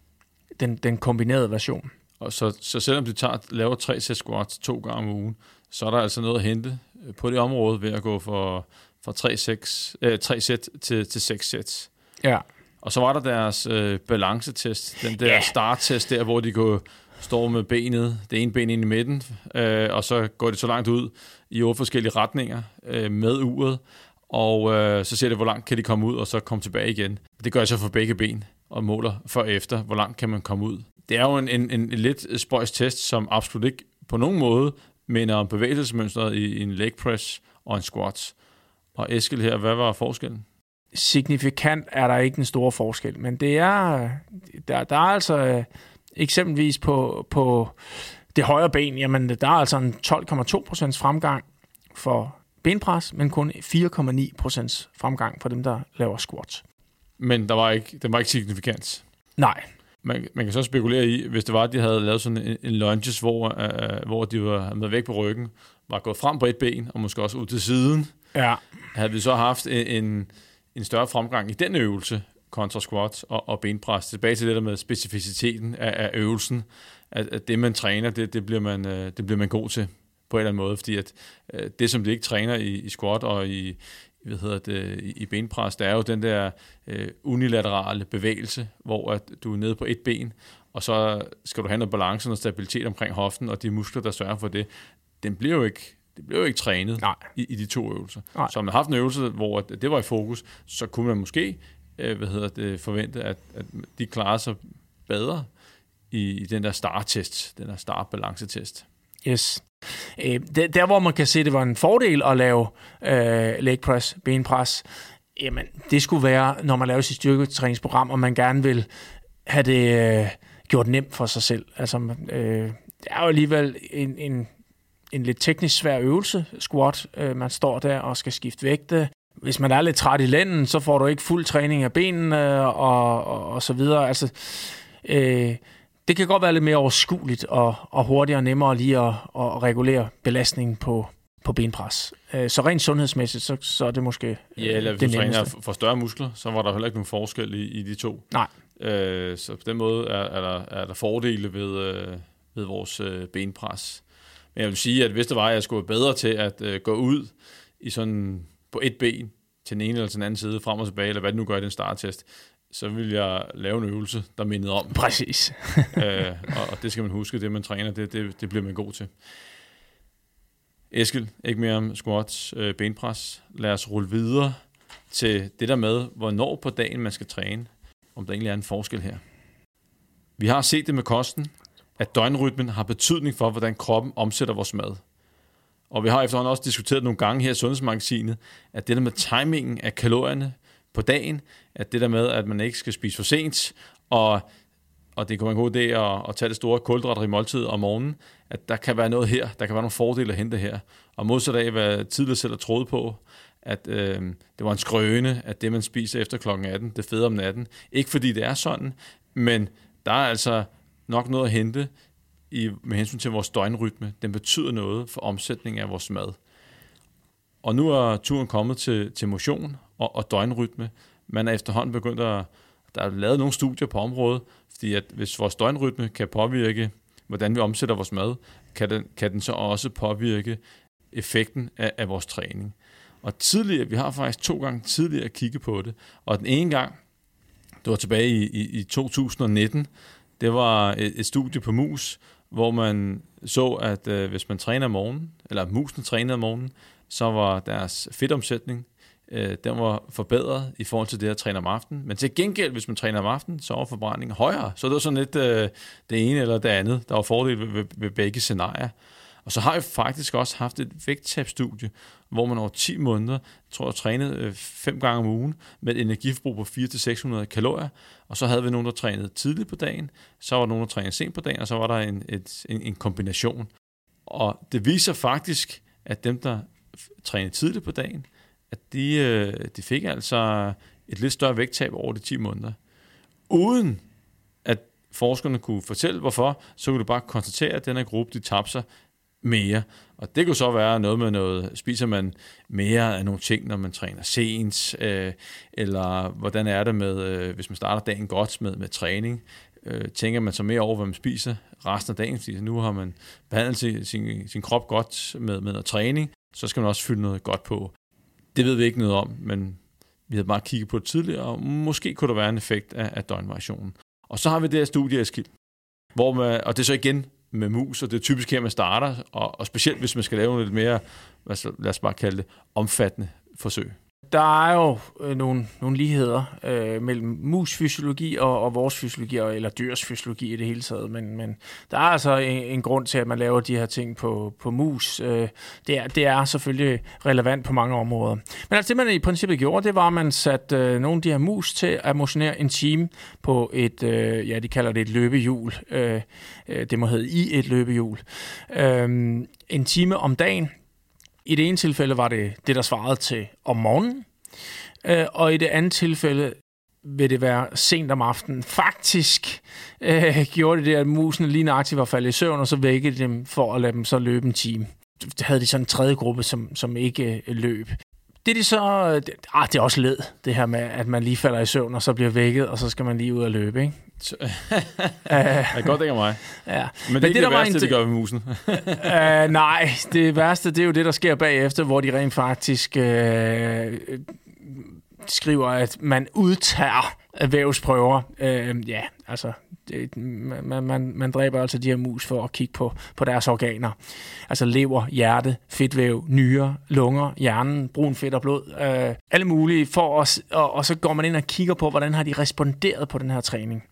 den, den kombinerede version. Og så, så selvom de tager, laver tre sæt squats to gange om ugen, så er der altså noget at hente på det område ved at gå fra, fra tre, seks, øh, tre sæt til, til seks sæt. Ja. Og så var der deres øh, balancetest, den der Ja. starttest der, hvor de går, står med benet, det ene ben ind i midten, øh, og så går det så langt ud i otte forskellige retninger øh, med uret, og øh, så ser det, hvor langt kan de komme ud, og så komme tilbage igen. Det gør jeg så for begge ben, og måler for efter, hvor langt kan man komme ud. Det er jo en, en, en lidt spøjs test, som absolut ikke på nogen måde minder om bevægelsesmønstret i, i en leg press og en squat. Og Eskil her, hvad var forskellen? Signifikant er der ikke en stor forskel, men det er, der, der er altså øh, eksempelvis på, på det højre ben, jamen der er altså en tolv komma to procent fremgang for benpres, men kun fire komma ni procent fremgang for dem, der laver squats. Men der var ikke, der var ikke signifikant. Nej. Man, man kan så spekulere i, hvis det var, at de havde lavet sådan en, en lunges, hvor, uh, hvor de var med væk på ryggen, var gået frem på et ben, og måske også ud til siden, Ja. havde vi så haft en, en større fremgang i den øvelse, kontra squat og, og benpres. Tilbage til det der med specificiteten af, af øvelsen, at, at det, man træner, det, det, bliver man, uh, det bliver man god til på en eller anden måde, fordi at uh, det, som de ikke træner i, i squat og i hvad hedder det, i benpres, der er jo den der øh, unilaterale bevægelse, hvor at du er nede på et ben, og så skal du have noget balance og stabilitet omkring hoften, og de muskler, der sørger for det, den bliver jo ikke, det bliver jo ikke trænet i, i de to øvelser. Nej. Så om man har haft en øvelse, hvor det var i fokus, så kunne man måske øh, hvad hedder det, forvente, at, at de klarer sig bedre i, i den der starttest, den der startbalancetest. Yes. Øh, der, der, hvor man kan se, at det var en fordel at lave øh, leg press, benpres, jamen, det skulle være, når man laver sit styrketræningsprogram, og man gerne vil have det øh, gjort nemt for sig selv. Altså, øh, det er jo alligevel en, en, en lidt teknisk svær øvelse, squat. Øh, man står der og skal skifte vægte. Hvis man er lidt træt i lænden, så får du ikke fuld træning af benene og, og, og så videre. Altså, øh, det kan godt være lidt mere overskueligt og, og hurtigere og nemmere lige at, at regulere belastningen på, på benpres. Så rent sundhedsmæssigt, så, så er det måske ja, eller hvis det du træner for større muskler, så var der heller ikke nogen forskel i, i de to. Nej. Øh, så på den måde er, er, der, er der fordele ved, øh, ved vores øh, benpres. Men jeg vil sige, at hvis det var, at jeg skulle være bedre til at øh, gå ud i sådan på et ben til den ene eller til den anden side, frem og tilbage, eller hvad det nu gør i den starttest, så vil jeg lave en øvelse, der mindede om. Præcis. øh, og, og det skal man huske, det man træner, det, det, det bliver man god til. Eskil, ikke mere om squats, øh, benpres. Lad os rulle videre til det der med, hvornår på dagen man skal træne, om der egentlig er en forskel her. Vi har set det med kosten, at døgnrytmen har betydning for, hvordan kroppen omsætter vores mad. Og vi har efterhånden også diskuteret nogle gange her i Sundhedsmagasinet, at det der med timingen af kalorierne på dagen, at det der med, at man ikke skal spise for sent, og, og det kan være en god idé at, at tage det store kulhydratrige måltid om morgenen, at der kan være noget her, der kan være nogle fordele at hente her. Og modsat af, hvad tidligere selv har troet på, at øh, det var en skrøne, at det, man spiser efter klokken atten, det er fedt om natten. Ikke fordi det er sådan, men der er altså nok noget at hente i, med hensyn til vores døgnrytme. Den betyder noget for omsætning af vores mad. Og nu er turen kommet til, til motion og, og døgnrytme. Man er efterhånden begyndt at... Der er lavet nogle studier på området, fordi at hvis vores døgnrytme kan påvirke, hvordan vi omsætter vores mad, kan den, kan den så også påvirke effekten af, af vores træning. Og tidligere, vi har faktisk to gange tidligere kigget på det, og den ene gang, det var tilbage i, i, i to tusind nitten, det var et, et studie på mus, hvor man så, at øh, hvis man træner om morgenen, eller musene træner om morgenen, så var deres fedtomsætning, øh, den var forbedret i forhold til det at træne om aftenen. Men til gengæld, hvis man træner om aftenen, så var forbrændingen højere. Så det var sådan lidt øh, det ene eller det andet. Der var fordel ved, ved, ved begge scenarier. Og så har jeg faktisk også haft et vægttabsstudie, hvor man over ti måneder, tror jeg, trænede fem gange om ugen med et energiforbrug på fire til seks hundrede kalorier. Og så havde vi nogen, der trænede tidligt på dagen, så var der nogen, der trænede sent på dagen, og så var der en, et, en, en kombination. Og det viser faktisk, at dem, der trænede tidligt på dagen, at de, de fik altså et lidt større vægttab over de ti måneder. Uden at forskerne kunne fortælle, hvorfor, så kunne du bare konstatere, at den her gruppe, de tabte sig mere. Og det kunne så være noget med noget, spiser man mere af nogle ting, når man træner sent, øh, eller hvordan er det med, øh, hvis man starter dagen godt med, med træning, øh, tænker man så mere over, hvad man spiser resten af dagen, fordi nu har man behandlet sin, sin, sin krop godt med, med noget træning, så skal man også fylde noget godt på. Det ved vi ikke noget om, men vi havde bare kigget på det tidligere, og måske kunne der være en effekt af, af døgnvariationen. Og så har vi det her studie af Eskild, hvor man, og det er så igen med mus, og det er typisk her, man starter, og, og specielt hvis man skal lave noget lidt mere, lad os bare kalde det, omfattende forsøg. Der er jo øh, nogle, nogle ligheder øh, mellem mus fysiologi og, og vores fysiologi, eller dyrs fysiologi i det hele taget, men, men der er altså en, en grund til, at man laver de her ting på, på mus. Øh, det, er, det er selvfølgelig relevant på mange områder. Men altså det, man i princippet gjorde, det var, at man satte øh, nogle af de her mus til at motionere en time på et, øh, ja, de kalder det et løbehjul. Øh, det må hedde i et løbehjul. Øh, en time om dagen. I det ene tilfælde var det det, der svarede til om morgenen, øh, og i det andet tilfælde vil det være sent om aftenen. Faktisk øh, gjorde de det, at musene lige nøjagtigt var faldet i søvn, og så vækkede de dem for at lade dem så løbe en time. Det havde de sådan en tredje gruppe, som, som ikke øh, løb. Det er de så... Det, ah, det er også led, det her med, at man lige falder i søvn, og så bliver vækket, og så skal man lige ud og løbe, ikke? Det er godt, det er mig. Ja. Men det er Men ikke det, det værste, en... de gør ved musen. uh, nej, det værste, det er jo det, der sker bagefter, hvor de rent faktisk uh, skriver, at man udtager vævsprøver. Uh, ja, altså, det, man, man, man dræber altså de her mus for at kigge på, på deres organer. Altså lever, hjerte, fedtvæv, nyrer, lunger, hjernen, brun fedt og blod. Uh, alle mulige, for os, og, og så går man ind og kigger på, hvordan har de responderet på den her træning.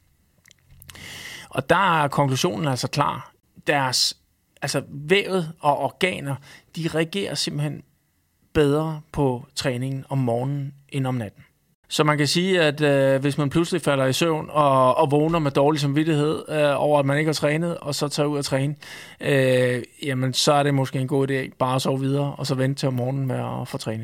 Og der er konklusionen altså klar. Deres, altså vævet og organer, de reagerer simpelthen bedre på træningen om morgenen end om natten. Så man kan sige, at øh, hvis man pludselig falder i søvn og, og vågner med dårlig samvittighed øh, over, at man ikke har trænet, og så tager ud og træne, øh, jamen så er det måske en god idé bare at sove videre, og så vente til om morgenen med at få trænet.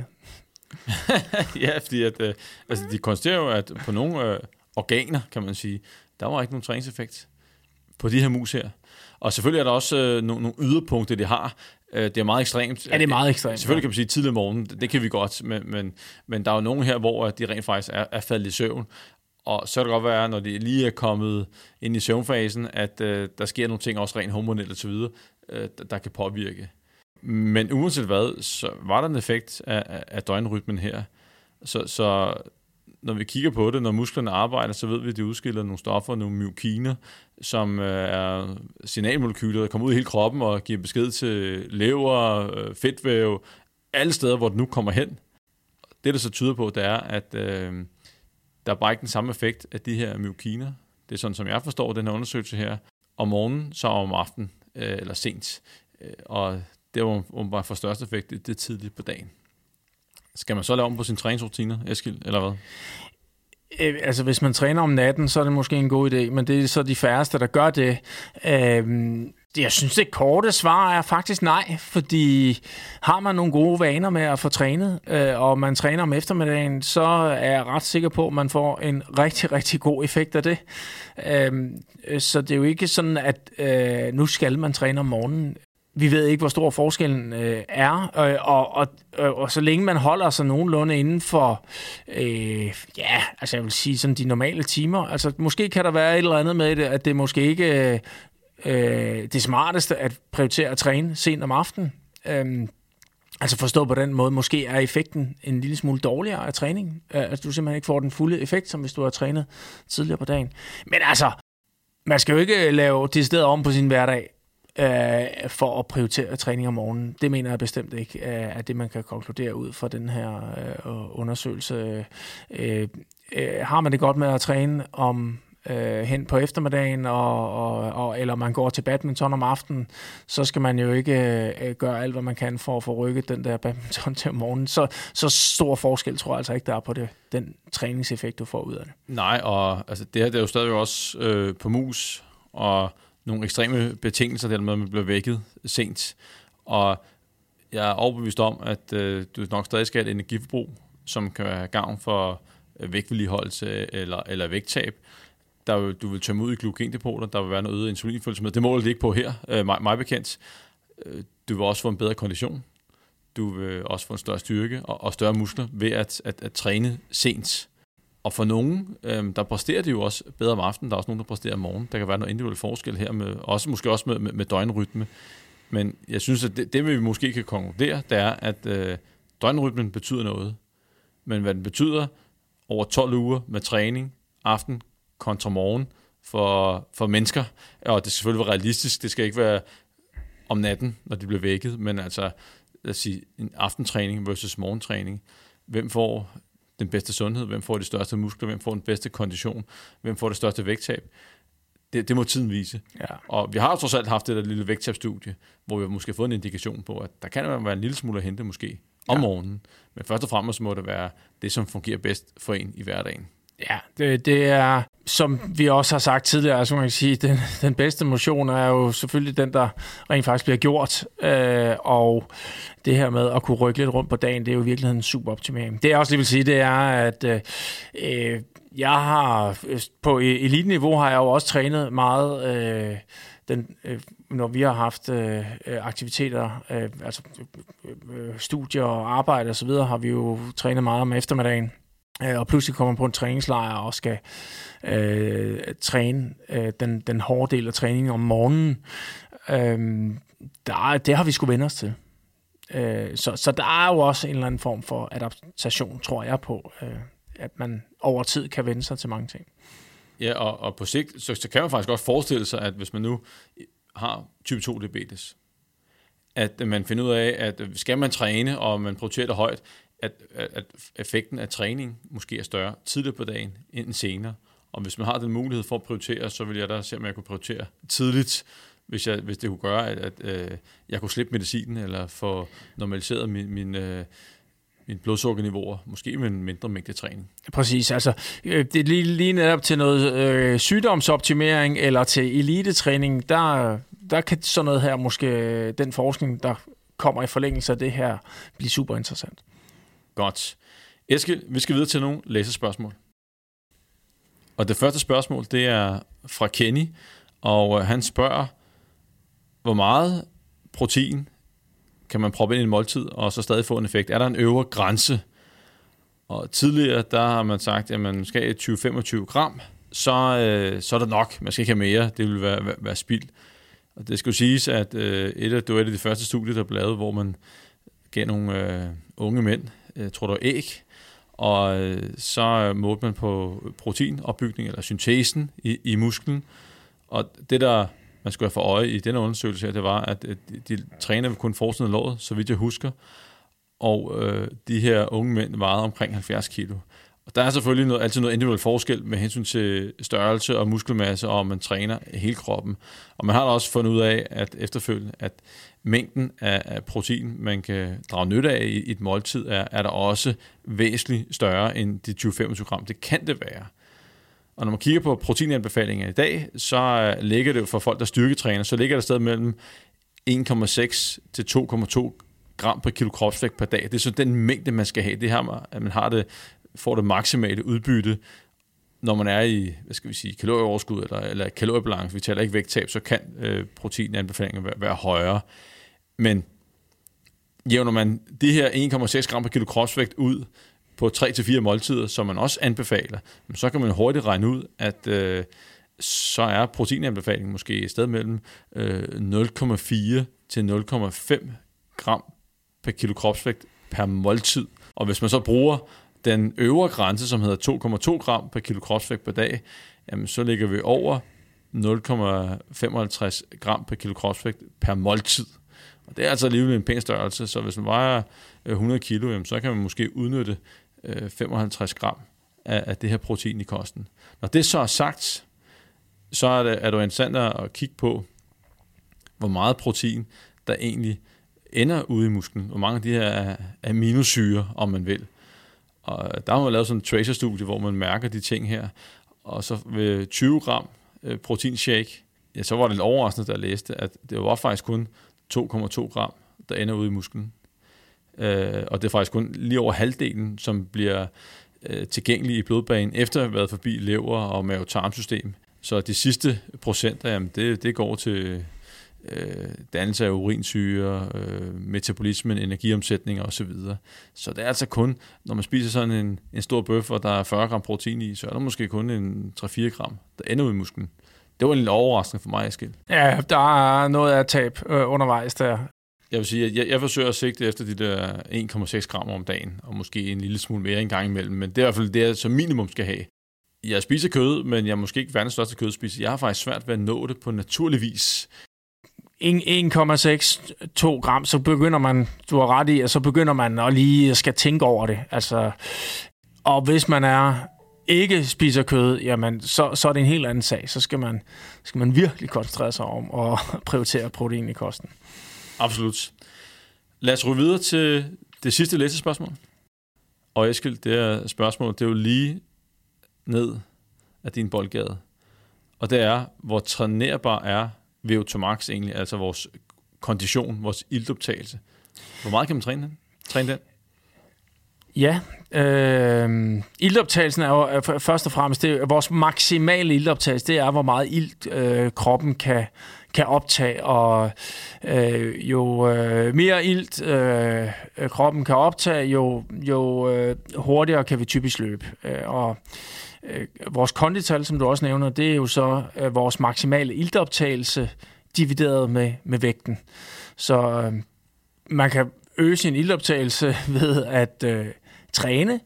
Ja, fordi at, øh, altså, de konstaterer jo, at på nogle øh, organer, kan man sige, der var ikke nogen træningseffekt på de her mus her. Og selvfølgelig er der også øh, nogle, nogle yderpunkter, de har. Øh, det er meget ekstremt. Ja, det er meget ekstremt. Selvfølgelig kan man sige tidlig morgen, det, det kan vi godt, men, men, men der er jo nogle her, hvor de rent faktisk er, er faldet i søvn. Og så kan det godt være, når de lige er kommet ind i søvnfasen, at øh, der sker nogle ting, også rent hormonelt og så videre, øh, der, der kan påvirke. Men uanset hvad, så var der en effekt af, af, af døgnrytmen her. Så, så når vi kigger på det, når musklerne arbejder, så ved vi, at de udskiller nogle stoffer, nogle myokiner, som er signalmolekyler, der kommer ud i hele kroppen og giver besked til lever, fedtvæv, alle steder, hvor det nu kommer hen. Det, der så tyder på, det er, at øh, der er bare ikke den samme effekt af de her myokiner. Det er sådan, som jeg forstår den her undersøgelse her. Om morgenen, så om aftenen, øh, eller sent. Og det var bare for største effekt, det, det er tidligt på dagen. Skal man så lave om på sine træningsrutiner, Eskild, eller hvad? Øh, altså, hvis man træner om natten, så er det måske en god idé, men det er så de færreste, der gør det. Øh, jeg synes, det korte svar er faktisk nej, fordi har man nogle gode vaner med at få trænet, øh, og man træner om eftermiddagen, så er jeg ret sikker på, at man får en rigtig, rigtig god effekt af det. Øh, så det er jo ikke sådan, at øh, nu skal man træne om morgenen. Vi ved ikke, hvor stor forskellen øh, er, øh, og, og, og, og så længe man holder sig nogenlunde inden for, øh, ja, altså jeg vil sige sådan de normale timer, altså måske kan der være et eller andet med det, at det måske ikke øh, øh, det smarteste at prioritere at træne sent om aftenen. Øh, altså forstå på den måde, måske er effekten en lille smule dårligere af træning, øh, altså du simpelthen ikke får den fulde effekt, som hvis du har trænet tidligere på dagen. Men altså, man skal jo ikke lave decideret om på sin hverdag, Uh, for at prioritere træning om morgenen. Det mener jeg bestemt ikke, uh, at det man kan konkludere ud fra den her uh, undersøgelse. Uh, uh, har man det godt med at træne om uh, hen på eftermiddagen, og, og, og, eller man går til badminton om aftenen, så skal man jo ikke uh, gøre alt, hvad man kan for at få rykket den der badminton til om morgenen. Så, så stor forskel tror jeg altså ikke, der er på det, den træningseffekt, du får ud af det. Nej, og altså, det her det er jo stadigvæk også øh, på mus, og nogle ekstreme betingelser, der med, at man bliver vækket sent. Og jeg er overbevist om, at øh, du nok stadig skal have et energiforbrug, som kan være gavn for vægtvedligeholdelse eller, eller vægttab. Der vil, du vil tømme ud i glykogendepoter, der vil være noget øget insulinfølsomhed. Det måler det ikke på her, øh, mig, mig bekendt. Du vil også få en bedre kondition. Du vil også få en større styrke og, og større muskler ved at, at, at træne sent. Og for nogen, øh, der præsterer det jo også bedre om aftenen. Der er også nogen, der præsterer om morgenen. Der kan være noget individuel forskel her, med, også, måske også med, med, med døgnrytme. Men jeg synes, at det, det vi måske kan konkludere, det er, at øh, døgnrytmen betyder noget. Men hvad den betyder over tolv uger med træning, aften kontra morgen for, for mennesker, og det skal selvfølgelig være realistisk, det skal ikke være om natten, når de bliver vækket, men altså, lad os sige, en aftentræning versus morgentræning. Hvem får den bedste sundhed? Hvem får de største muskler? Hvem får den bedste kondition? Hvem får det største vægttab? Det, det må tiden vise. Ja. Og vi har jo trods alt haft det der lille vægttabstudie, hvor vi har måske fået en indikation på, at der kan være en lille smule at hente måske om ja. morgenen. Men først og fremmest må det være det, som fungerer bedst for en i hverdagen. Ja, det, det er, som vi også har sagt tidligere, altså man kan sige, den, den bedste motion er jo selvfølgelig den, der rent faktisk bliver gjort, øh, og det her med at kunne rykke lidt rundt på dagen, det er jo i virkeligheden en super optimering. Det jeg også lige vil sige, det er, at øh, jeg har, på elite-niveau har jeg jo også trænet meget, øh, den, øh, når vi har haft øh, aktiviteter, øh, altså øh, studier og arbejde og så videre, har vi jo trænet meget om eftermiddagen. Og pludselig kommer man på en træningslejr og skal øh, træne øh, den, den hårde del af træningen om morgenen. Øh, der, det har vi sgu vende os til. Øh, så, så der er jo også en eller anden form for adaptation, tror jeg på, øh, at man over tid kan vende sig til mange ting. Ja, og, og på sigt, så, så kan man faktisk også forestille sig, at hvis man nu har type to diabetes, at man finder ud af, at skal man træne, og man prioriterer det højt, At, at effekten af træning måske er større tidligere på dagen end senere. Og hvis man har den mulighed for at prioritere, så vil jeg da se, om jeg kunne prioritere tidligt, hvis, jeg, hvis det kunne gøre, at, at øh, jeg kunne slippe medicinen, eller få normaliseret min, min, øh, min blodsukkerniveauer, måske med en mindre mængde træning. Præcis, altså det er lige, lige netop til noget øh, sygdomsoptimering, eller til elitetræning, der, der kan sådan noget her, måske den forskning, der kommer i forlængelse af det her, blive super interessant. Godt. Eskild, vi skal videre til nogle læserspørgsmål. Og det første spørgsmål, det er fra Kenny, og han spørger, hvor meget protein kan man proppe ind i en måltid, og så stadig få en effekt? Er der en øvre grænse? Og tidligere, der har man sagt, at man skal have tyve til femogtyve gram, så, øh, så er det nok. Man skal ikke have mere, det vil være, være, være spild. Og det skal jo siges, at øh, et af, det var et af de første studier, der blev lavet, hvor man gav nogle øh, unge mænd, jeg tror det var æg, og øh, så målte man på proteinopbygning eller syntesen i, i musklen. Og det der man skulle have for øje i denne undersøgelse her, det var, at øh, de, de træner kun forsiden af låret, så vidt jeg husker, og øh, de her unge mænd vejede omkring halvfjerds kilo. Og der er selvfølgelig noget, altid noget individuel forskel med hensyn til størrelse og muskelmasse, og man træner hele kroppen. Og man har da også fundet ud af, at efterfølgende, at mængden af, af protein, man kan drage nytte af i et måltid, er, er der også væsentligt større end de tyve til femogtyve gram. Det kan det være. Og når man kigger på proteinanbefalinger i dag, så ligger det jo for folk, der styrketræner, så ligger der stadig mellem en komma seks til to komma to gram per kilo kropsvægt per dag. Det er så den mængde, man skal have. Det her, at man har det, får det maksimale udbytte, når man er i, hvad skal vi sige, kalorieoverskud eller, eller kaloriebalance. Vi taler ikke vægttab, så kan øh, proteinanbefalinger være, være højere. Men jævner man de her en komma seks gram per kilo kropsvægt ud på tre til fire måltider, som man også anbefaler, så kan man hurtigt regne ud, at øh, så er proteinanbefalingen måske et sted mellem øh, nul komma fire til nul komma fem gram per kilo kropsvægt per måltid. Og hvis man så bruger den øvre grænse, som hedder to komma to gram per kilo kropsvægt per dag, jamen så ligger vi over nul komma femoghalvtreds gram per kilo kropsvægt per måltid. Og det er altså alligevel en pæn størrelse, så hvis man vejer hundrede kilo, jamen så kan man måske udnytte femoghalvtreds gram af, af det her protein i kosten. Når det så er sagt, så er det, er det interessant at kigge på, hvor meget protein, der egentlig ender ude i musklen. Hvor mange af de her er aminosyre, om man vil. Og der har man lavet sådan en tracer-studie, hvor man mærker de ting her. Og så ved tyve gram proteinshake, ja, så var det lidt overraskende, da jeg læste, at det var faktisk kun to komma to gram, der ender ude i musklen. Øh, og det er faktisk kun lige over halvdelen, som bliver øh, tilgængelige i blodbanen, efter at have været forbi lever og mave-tarmsystem. Så de sidste procenter, jamen det, det går til øh, dannelse af urinsyre, øh, metabolismen, energiomsætning og så videre. Så det er altså kun, når man spiser sådan en, en stor bøf, og der er fyrre gram protein i, så er der måske kun en tre til fire gram, der ender ud i musklen. Det var en lille overraskende for mig, Eskild. Ja, der er noget af tab øh, undervejs der. Jeg vil sige, at jeg, jeg forsøger at sigte efter de der en komma seks gram om dagen, og måske en lille smule mere en gang imellem, men det er i hvert fald det, jeg som minimum skal have. Jeg spiser kød, men jeg er måske ikke verdens største kødspiser. Jeg har faktisk svært ved at nå det på naturlig vis. en komma seks til to gram, så begynder man, du har ret i, og så begynder man at lige skal tænke over det. Altså, og hvis man er ikke spiser kød, jamen, så, så er det en helt anden sag. Så skal man, skal man virkelig koncentrere sig om at prioritere protein i kosten. Absolut. Lad os ryge videre til det sidste læsespørgsmål. Og Eskild, det er spørgsmål, det er jo lige ned af din boldgade. Og det er, hvor trænerbar er V O to max egentlig, altså vores kondition, vores iltoptagelse. Hvor meget kan man træne den? Træne den? Ja, øh, iltoptagelsen er jo først og fremmest, det er, vores maksimale iltoptagelse, det er, hvor meget ilt øh, kroppen kan, kan optage, og øh, jo øh, mere ilt øh, kroppen kan optage, jo, jo øh, hurtigere kan vi typisk løbe. Øh, og øh, vores kondital, som du også nævner, det er jo så øh, vores maksimale iltoptagelse divideret med, med vægten. Så øh, man kan øge sin iltoptagelse ved at øh, træne,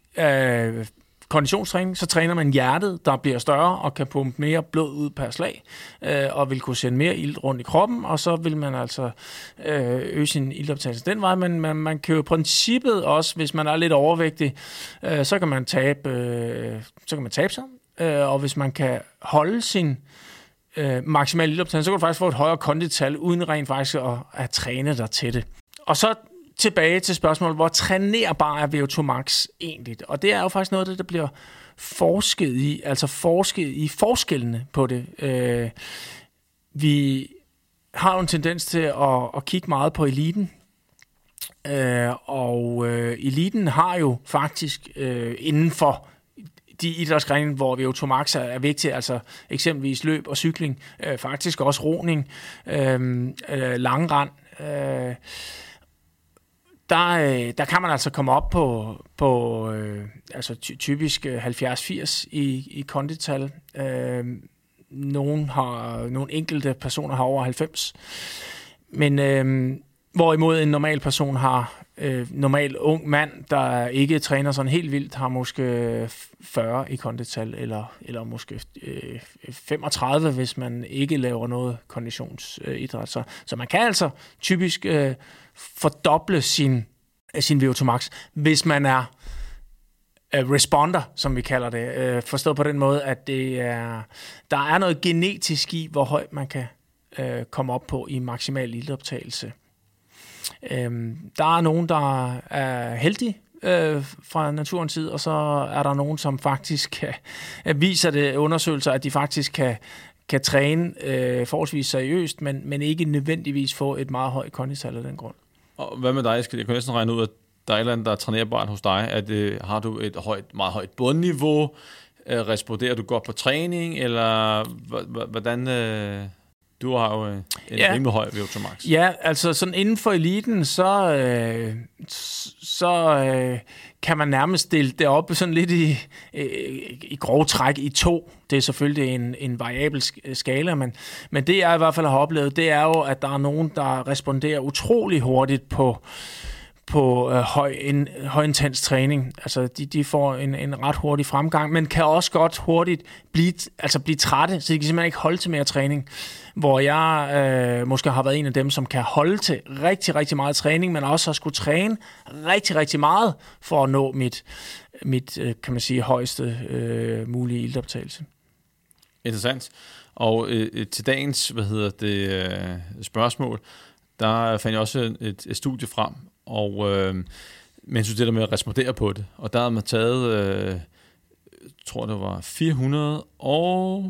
øh, konditionstræning, så træner man hjertet, der bliver større og kan pumpe mere blod ud per slag, øh, og vil kunne sende mere ilt rundt i kroppen, og så vil man altså øh, øge sin iltoptagelse den vej, men man, man kan jo i princippet også, hvis man er lidt overvægtig, øh, så kan man tabe, øh, så kan man tabe sig, øh, og hvis man kan holde sin øh, maksimale iltoptagelse, så kan du faktisk få et højere kondital, uden rent faktisk at, at træne dig til det. Og så tilbage til spørgsmålet, hvor trænerbar er V O to max egentlig? Og det er jo faktisk noget af det, der bliver forsket i, altså forsket i forskellene på det. Øh, vi har jo en tendens til at, at kigge meget på eliten, øh, og øh, eliten har jo faktisk øh, inden for de idrætsgrene, hvor V O to max er, er vigtigt, altså eksempelvis løb og cykling, øh, faktisk også roning, øh, øh, langrend, øh, Der, der kan man altså komme op på, på øh, altså ty- typisk halvfjerds til firs i, i kondital. Øh, nogle, har, nogle enkelte personer har over halvfems. Men øh, hvorimod en normal person har, øh, normal ung mand, der ikke træner sådan helt vildt, har måske fyrre i kondital, eller, eller måske øh, femogtredive, hvis man ikke laver noget konditionsidræt. Så, så man kan altså typisk øh, fordoble sin, sin V O to max, hvis man er uh, responder, som vi kalder det. Uh, forstået på den måde, at det er, der er noget genetisk i, hvor højt man kan uh, komme op på i maksimal iltoptagelse. Um, der er nogen, der er heldige uh, fra naturens side, og så er der nogen, som faktisk kan, uh, viser det undersøgelser, at de faktisk kan kan træne øh, forholdsvis seriøst, men, men ikke nødvendigvis få et meget højt kondital af den grund. Og hvad med dig? Jeg kan næsten regne ud, at der er et eller andet, der er trænerbart hos dig. At, øh, har du et højt, meget højt bundniveau? Øh, responderer du godt på træning? Eller h- hvordan... Øh, du har jo en ja. rimelig høj V O to max. Ja, altså sådan inden for eliten, så, øh, så øh, kan man nærmest dele det op sådan lidt i, øh, i grove træk i to. Det er selvfølgelig en, en variabel skala, men, men det jeg i hvert fald har oplevet, det er jo, at der er nogen, der responderer utrolig hurtigt på på øh, høj, en, højintens træning. Altså, de, de får en, en ret hurtig fremgang, men kan også godt hurtigt blive, altså blive trætte, så de kan simpelthen ikke holde til mere træning. Hvor jeg øh, måske har været en af dem, som kan holde til rigtig, rigtig meget træning, men også har skulle træne rigtig, rigtig meget for at nå mit, mit øh, kan man sige, højeste øh, mulige iltoptagelse. Interessant. Og øh, til dagens, hvad hedder det, øh, spørgsmål, der fandt jeg også et, et studie frem, og øh, men synes det der med at respondere på det, og der havde man taget, øh, jeg tror det var fire hundrede og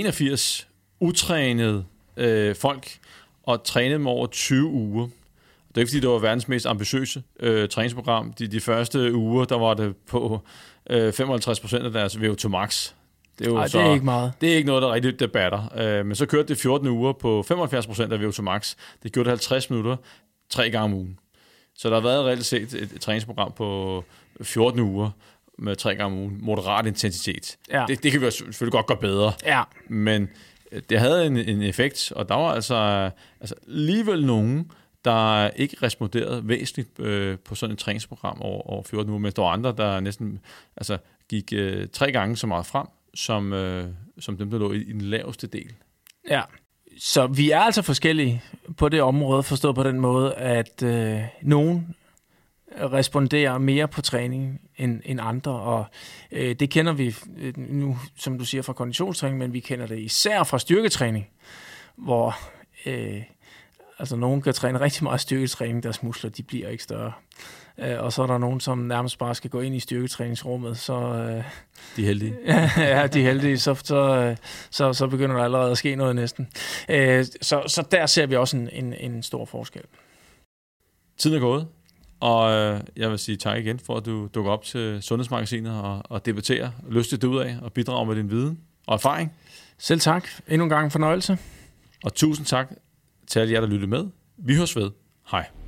enogfirs utrænede øh, folk, og trænet dem over tyve uger. Det er ikke, fordi det var verdens mest ambitiøse øh, træningsprogram. De, de første uger, der var det på øh, femoghalvtreds procent af deres V O to max. Det er jo Ej, så, det er ikke meget. Det er ikke noget, der rigtig debatter. Øh, men så kørte det fjorten uger på femoghalvfjerds procent af V O to max. Det gjorde det halvtreds minutter, tre gange om ugen. Så der har været reelt set et, et træningsprogram på fjorten uger med tre gange om ugen. Moderat intensitet. Ja. Det, det kan vi selvfølgelig godt gøre bedre. Ja. Men det havde en, en effekt, og der var altså, altså alligevel nogen, der ikke responderede væsentligt øh, på sådan et træningsprogram over, over fjorten uger, mens der var andre, der næsten altså, gik øh, tre gange så meget frem, som, øh, som dem, der lå i, i den laveste del. Ja, så vi er altså forskellige på det område, forstået på den måde, at øh, nogen responderer mere på træning end, end andre, og øh, det kender vi nu, som du siger, fra konditionstræning, men vi kender det især fra styrketræning, hvor øh, altså nogen kan træne rigtig meget styrketræning, deres muskler, de bliver ikke større. Øh, og så er der nogen, som nærmest bare skal gå ind i styrketræningsrummet, så... Øh, de er heldige. ja, de er heldige, så, så, så, så begynder der allerede at ske noget næsten. Øh, så, så der ser vi også en, en, en stor forskel. Tiden er gået, og øh, jeg vil sige tak igen for, at du dukker op til Sundhedsmagasinet og, og debatterer lystigt det ud af og bidrager med din viden og erfaring. Selv tak. Endnu en gang en fornøjelse. Og tusind tak til alle jer, der lyttede med. Vi høres ved. Hej.